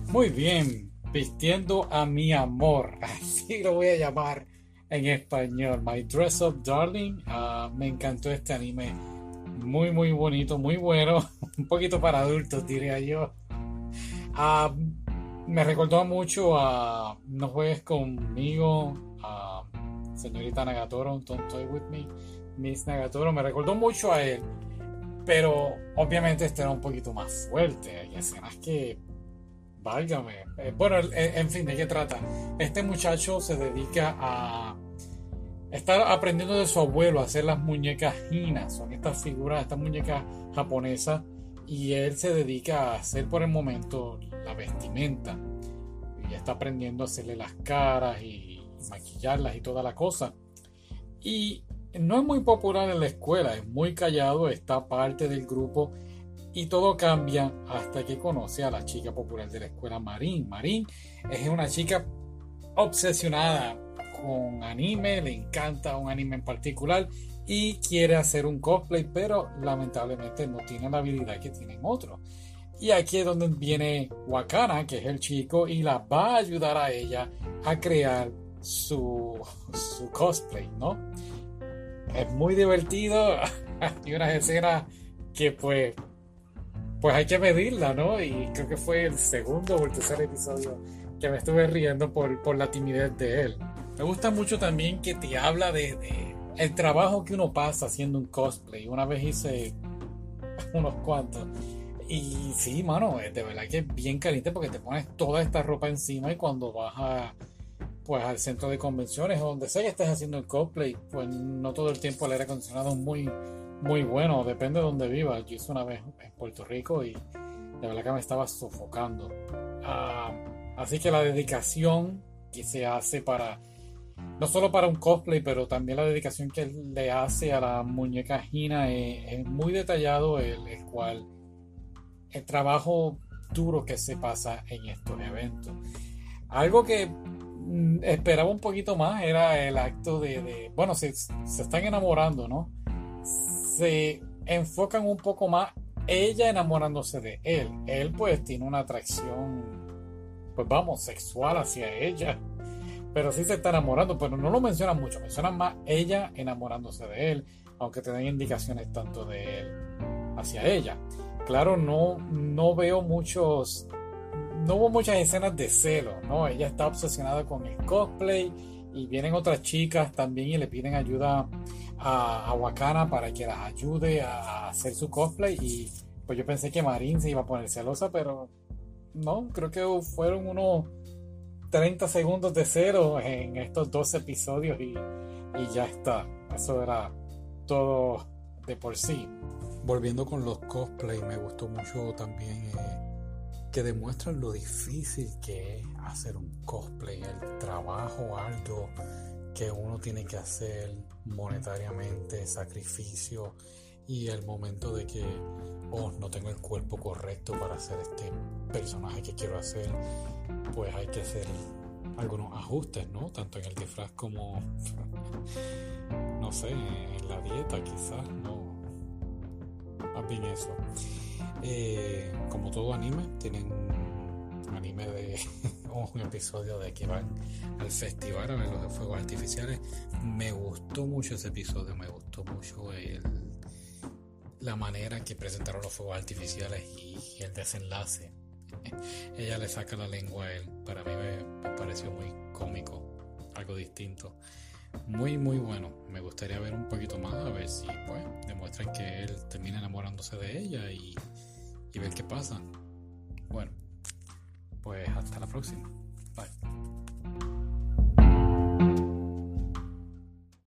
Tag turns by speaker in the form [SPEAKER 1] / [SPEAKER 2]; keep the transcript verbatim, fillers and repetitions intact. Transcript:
[SPEAKER 1] Muy bien, vistiendo a mi amor, así lo voy a llamar en español. My Dress Up Darling. Ah, me encantó este anime. Muy, muy bonito, muy bueno. Un poquito para adultos, diría yo. Ah, Me recordó mucho a No juegues conmigo, a señorita Nagatoro, Don't Toy With Me, Miss Nagatoro. Me recordó mucho a él, pero obviamente este era un poquito más fuerte. Hay escenas que, válgame. Eh, bueno, eh, en fin, ¿de qué trata? Este muchacho se dedica a estar aprendiendo de su abuelo a hacer las muñecas Hina. Son estas figuras, estas muñecas japonesas. Y él se dedica a hacer por el momento la vestimenta. Y está aprendiendo a hacerle las caras y maquillarlas y toda la cosa. Y no es muy popular en la escuela, es muy callado, está parte del grupo y todo cambia hasta que conoce a la chica popular de la escuela, Marín. Marín es una chica obsesionada con anime, le encanta un anime en particular y quiere hacer un cosplay, pero lamentablemente no tiene la habilidad que tienen otros. Y aquí es donde viene Wakana, que es el chico, y la va a ayudar a ella a crear su, su cosplay, ¿no? Es muy divertido. Hay unas escenas que pues pues hay que medirla, ¿no? Y creo que fue el segundo o el tercer episodio que me estuve riendo por, por la timidez de él. Me gusta mucho también que te habla de, de el trabajo que uno pasa haciendo un cosplay. Una vez hice unos cuantos. Y sí, mano, de verdad que es bien caliente porque te pones toda esta ropa encima y cuando vas a, pues, al centro de convenciones o donde sea que estés haciendo el cosplay, pues no todo el tiempo el aire acondicionado es muy, muy bueno, depende de donde vivas. Yo hice una vez en Puerto Rico y de verdad que me estaba sofocando. Ah, así que la dedicación que se hace para, no solo para un cosplay, pero también la dedicación que él le hace a la muñeca Hina es, es muy detallado, el, el cual el trabajo duro que se pasa en estos eventos. Algo que mm, esperaba un poquito más era el acto de, de bueno, se, se están enamorando, ¿no? Se enfocan un poco más ella enamorándose de él. Él pues tiene una atracción, pues vamos, sexual hacia ella. Pero sí se está enamorando, pero no lo mencionan mucho. Mencionan más ella enamorándose de él, aunque te den indicaciones tanto de él hacia ella. Claro, no, no veo muchos, no hubo muchas escenas de celo, ¿no? Ella está obsesionada con el cosplay y vienen otras chicas también y le piden ayuda a, a Wakana para que las ayude a hacer su cosplay y pues yo pensé que Marin se iba a poner celosa, pero no, creo que fueron unos treinta segundos de cero en estos dos episodios y, y ya está. Eso era todo de por sí. Volviendo con los cosplay, me gustó mucho también eh, que demuestran lo difícil que es hacer un cosplay, el trabajo arduo que uno tiene que hacer monetariamente, sacrificio y el momento de que oh, no tengo el cuerpo correcto para hacer este personaje que quiero hacer, pues hay que hacer algunos ajustes, ¿no? Tanto en el disfraz como no sé, en la dieta quizás, ¿no? Más bien eso. Eh, como todo anime, tienen un anime de un episodio de que van al festival a ver los fuegos artificiales. Me gustó mucho ese episodio, me gustó mucho el, la manera que presentaron los fuegos artificiales y, y el desenlace. Ella le saca la lengua a él. Para mí me, me pareció muy cómico, algo distinto. Muy muy bueno, me gustaría ver un poquito más a ver si pues demuestran que él termina enamorándose de ella y, y ver qué pasa. Bueno, pues hasta la próxima.